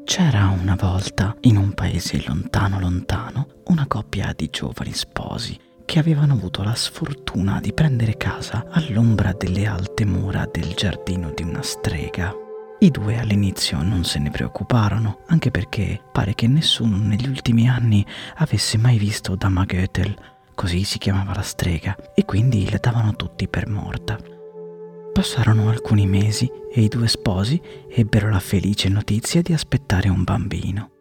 C'era una volta, in un paese lontano lontano, una coppia di giovani sposi che avevano avuto la sfortuna di prendere casa all'ombra delle alte mura del giardino di una strega. I due all'inizio non se ne preoccuparono, anche perché pare che nessuno negli ultimi anni avesse mai visto Dama Götel, così si chiamava la strega, e quindi la davano tutti per morta. Passarono alcuni mesi e i due sposi ebbero la felice notizia di aspettare un bambino.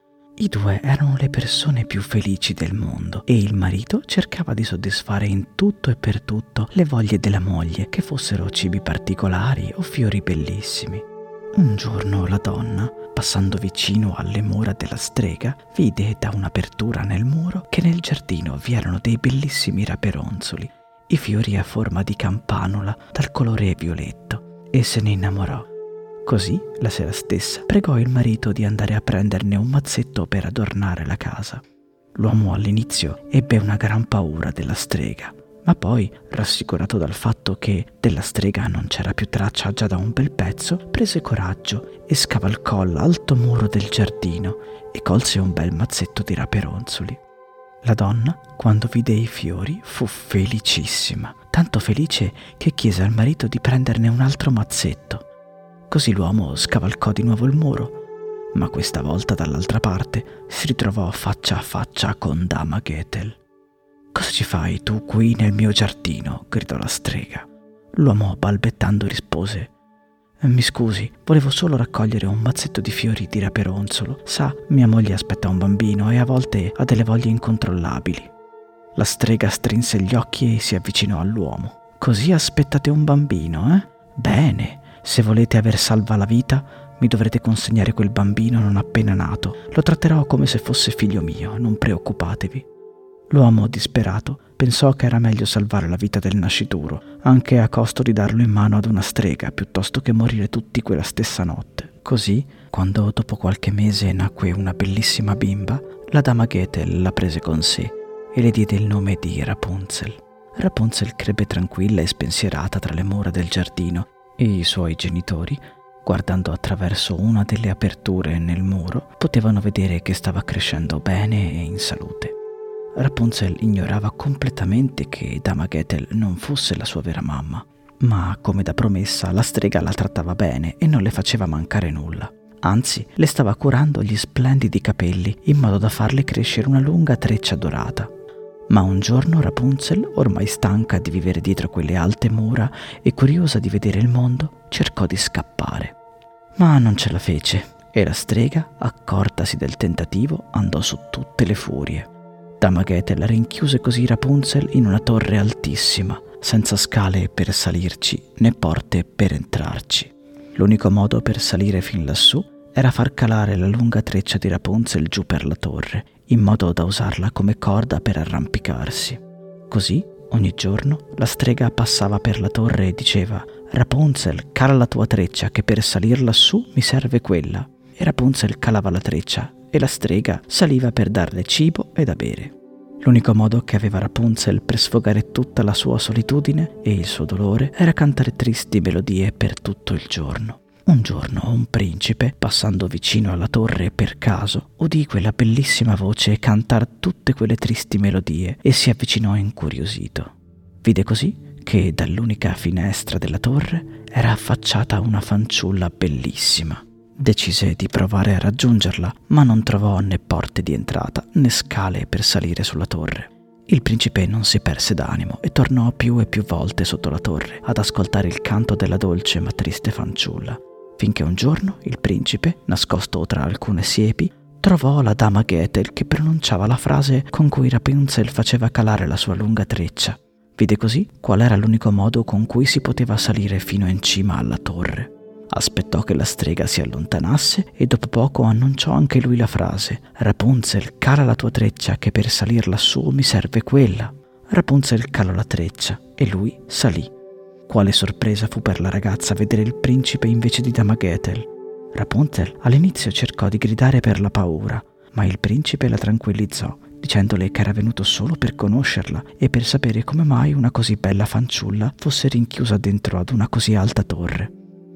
I due erano le persone più felici del mondo e il marito cercava di soddisfare in tutto e per tutto le voglie della moglie, che fossero cibi particolari o fiori bellissimi. Un giorno la donna, passando vicino alle mura della strega, vide da un'apertura nel muro che nel giardino vi erano dei bellissimi raperonzoli, i fiori a forma di campanula dal colore violetto, e se ne innamorò. Così, la sera stessa, pregò il marito di andare a prenderne un mazzetto per adornare la casa. L'uomo all'inizio ebbe una gran paura della strega, ma poi, rassicurato dal fatto che della strega non c'era più traccia già da un bel pezzo, prese coraggio e scavalcò l'alto muro del giardino e colse un bel mazzetto di raperonzoli. La donna, quando vide i fiori, fu felicissima, tanto felice che chiese al marito di prenderne un altro mazzetto. Così l'uomo scavalcò di nuovo il muro, ma questa volta dall'altra parte si ritrovò faccia a faccia con Dama Götel. «Cosa ci fai tu qui nel mio giardino?» gridò la strega. L'uomo, balbettando, rispose: «Mi scusi, volevo solo raccogliere un mazzetto di fiori di raperonzolo. Sa, mia moglie aspetta un bambino e a volte ha delle voglie incontrollabili». La strega strinse gli occhi e si avvicinò all'uomo. «Così aspettate un bambino, eh? Bene, se volete aver salva la vita, mi dovrete consegnare quel bambino non appena nato. Lo tratterò come se fosse figlio mio, non preoccupatevi». L'uomo, disperato, pensò che era meglio salvare la vita del nascituro, anche a costo di darlo in mano ad una strega, piuttosto che morire tutti quella stessa notte. Così, quando dopo qualche mese nacque una bellissima bimba, la Dama Götel la prese con sé e le diede il nome di Rapunzel. Rapunzel crebbe tranquilla e spensierata tra le mura del giardino e i suoi genitori, guardando attraverso una delle aperture nel muro, potevano vedere che stava crescendo bene e in salute. Rapunzel ignorava completamente che Dama Götel non fosse la sua vera mamma, ma come da promessa la strega la trattava bene e non le faceva mancare nulla. Anzi, le stava curando gli splendidi capelli in modo da farle crescere una lunga treccia dorata. Ma un giorno Rapunzel, ormai stanca di vivere dietro quelle alte mura e curiosa di vedere il mondo, cercò di scappare. Ma non ce la fece e la strega, accortasi del tentativo, andò su tutte le furie. Dama Götel rinchiuse così Rapunzel in una torre altissima, senza scale per salirci né porte per entrarci. L'unico modo per salire fin lassù era far calare la lunga treccia di Rapunzel giù per la torre, in modo da usarla come corda per arrampicarsi. Così, ogni giorno, la strega passava per la torre e diceva: «Rapunzel, cala la tua treccia, che per salir lassù mi serve quella». E Rapunzel calava la treccia e la strega saliva per darle cibo e da bere. L'unico modo che aveva Rapunzel per sfogare tutta la sua solitudine e il suo dolore era cantare tristi melodie per tutto il giorno. Un giorno un principe, passando vicino alla torre per caso, udì quella bellissima voce cantar tutte quelle tristi melodie e si avvicinò incuriosito. Vide così che dall'unica finestra della torre era affacciata una fanciulla bellissima. Decise di provare a raggiungerla, ma non trovò né porte di entrata né scale per salire sulla torre. Il principe non si perse d'animo e tornò più e più volte sotto la torre ad ascoltare il canto della dolce ma triste fanciulla, finché un giorno il principe, nascosto tra alcune siepi, trovò la Dama Götel che pronunciava la frase con cui Rapunzel faceva calare la sua lunga treccia. Vide così qual era l'unico modo con cui si poteva salire fino in cima alla torre. Aspettò che la strega si allontanasse e dopo poco annunciò anche lui la frase: «Rapunzel, cala la tua treccia, che per salir lassù mi serve quella». Rapunzel calò la treccia e lui salì. Quale sorpresa fu per la ragazza vedere il principe invece di Dama Götel. Rapunzel all'inizio cercò di gridare per la paura, ma il principe la tranquillizzò, dicendole che era venuto solo per conoscerla e per sapere come mai una così bella fanciulla fosse rinchiusa dentro ad una così alta torre.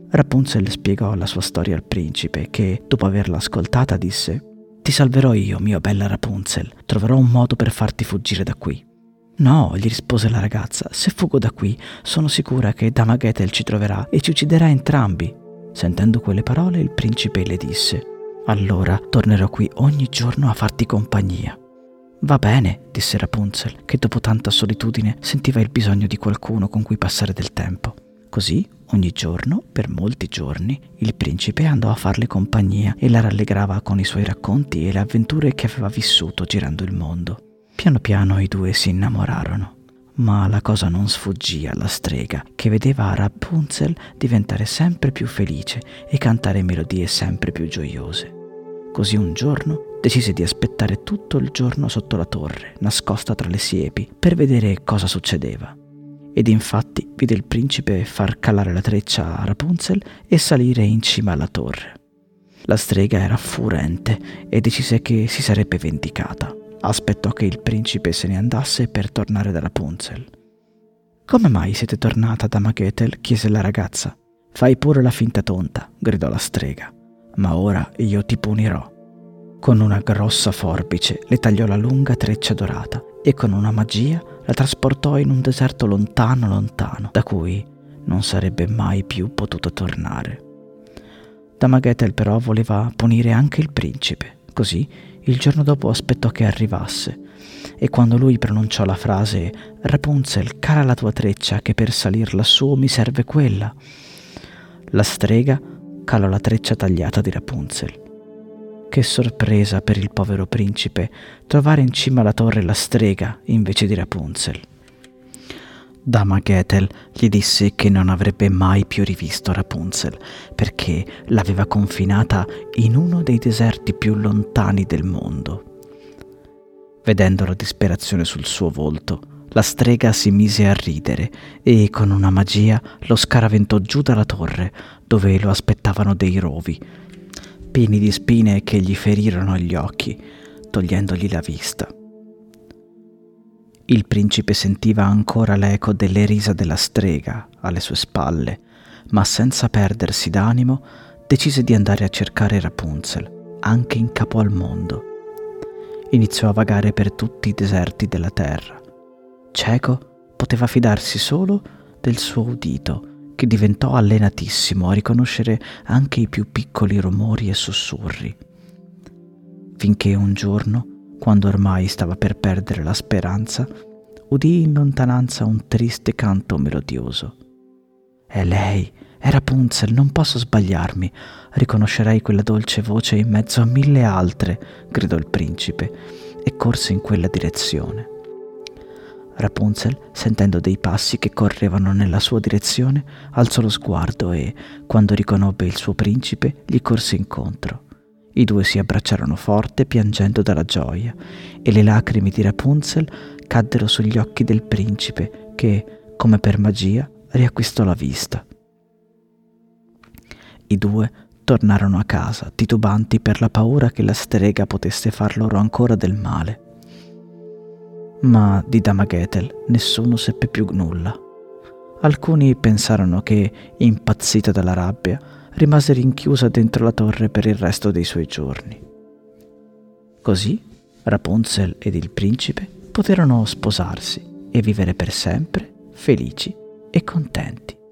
Rapunzel spiegò la sua storia al principe, che, dopo averla ascoltata, disse: «Ti salverò io, mia bella Rapunzel. Troverò un modo per farti fuggire da qui». «No», gli rispose la ragazza, «se fuggo da qui, sono sicura che Dama Gretel ci troverà e ci ucciderà entrambi». Sentendo quelle parole, il principe le disse: «Allora tornerò qui ogni giorno a farti compagnia». «Va bene», disse Rapunzel, che dopo tanta solitudine sentiva il bisogno di qualcuno con cui passare del tempo. Così, ogni giorno, per molti giorni, il principe andò a farle compagnia e la rallegrava con i suoi racconti e le avventure che aveva vissuto girando il mondo. Piano piano i due si innamorarono, ma la cosa non sfuggì alla strega, che vedeva Rapunzel diventare sempre più felice e cantare melodie sempre più gioiose. Così un giorno decise di aspettare tutto il giorno sotto la torre, nascosta tra le siepi, per vedere cosa succedeva. Ed infatti vide il principe far calare la treccia a Rapunzel e salire in cima alla torre. La strega era furente e decise che si sarebbe vendicata. Aspettò che il principe se ne andasse per tornare da Rapunzel. «Come mai siete tornata, Dama Gretel?» chiese la ragazza. «Fai pure la finta tonta», gridò la strega, «ma ora io ti punirò». Con una grossa forbice le tagliò la lunga treccia dorata e con una magia la trasportò in un deserto lontano lontano, da cui non sarebbe mai più potuto tornare. Dama Gretel però voleva punire anche il principe, così il giorno dopo aspettò che arrivasse e quando lui pronunciò la frase «Rapunzel, cala la tua treccia che per salir lassù mi serve quella», la strega calò la treccia tagliata di Rapunzel. Che sorpresa per il povero principe trovare in cima alla torre la strega invece di Rapunzel. Dama Gretel gli disse che non avrebbe mai più rivisto Rapunzel perché l'aveva confinata in uno dei deserti più lontani del mondo. Vedendo la disperazione sul suo volto, la strega si mise a ridere e con una magia lo scaraventò giù dalla torre, dove lo aspettavano dei rovi pieni di spine che gli ferirono gli occhi, togliendogli la vista. Il principe sentiva ancora l'eco delle risa della strega alle sue spalle, ma senza perdersi d'animo decise di andare a cercare Rapunzel, anche in capo al mondo. Iniziò a vagare per tutti i deserti della terra. Cieco, poteva fidarsi solo del suo udito, che diventò allenatissimo a riconoscere anche i più piccoli rumori e sussurri. Finché un giorno, quando ormai stava per perdere la speranza, udì in lontananza un triste canto melodioso. «È lei, è Rapunzel, non posso sbagliarmi, riconoscerei quella dolce voce in mezzo a 1000 altre», gridò il principe e corse in quella direzione. Rapunzel, sentendo dei passi che correvano nella sua direzione, alzò lo sguardo e, quando riconobbe il suo principe, gli corse incontro. I due si abbracciarono forte, piangendo dalla gioia, e le lacrime di Rapunzel caddero sugli occhi del principe, che, come per magia, riacquistò la vista. I due tornarono a casa, titubanti per la paura che la strega potesse far loro ancora del male. Ma di Dama Gretel nessuno seppe più nulla. Alcuni pensarono che, impazzita dalla rabbia, rimase rinchiusa dentro la torre per il resto dei suoi giorni. Così Rapunzel ed il principe poterono sposarsi e vivere per sempre felici e contenti.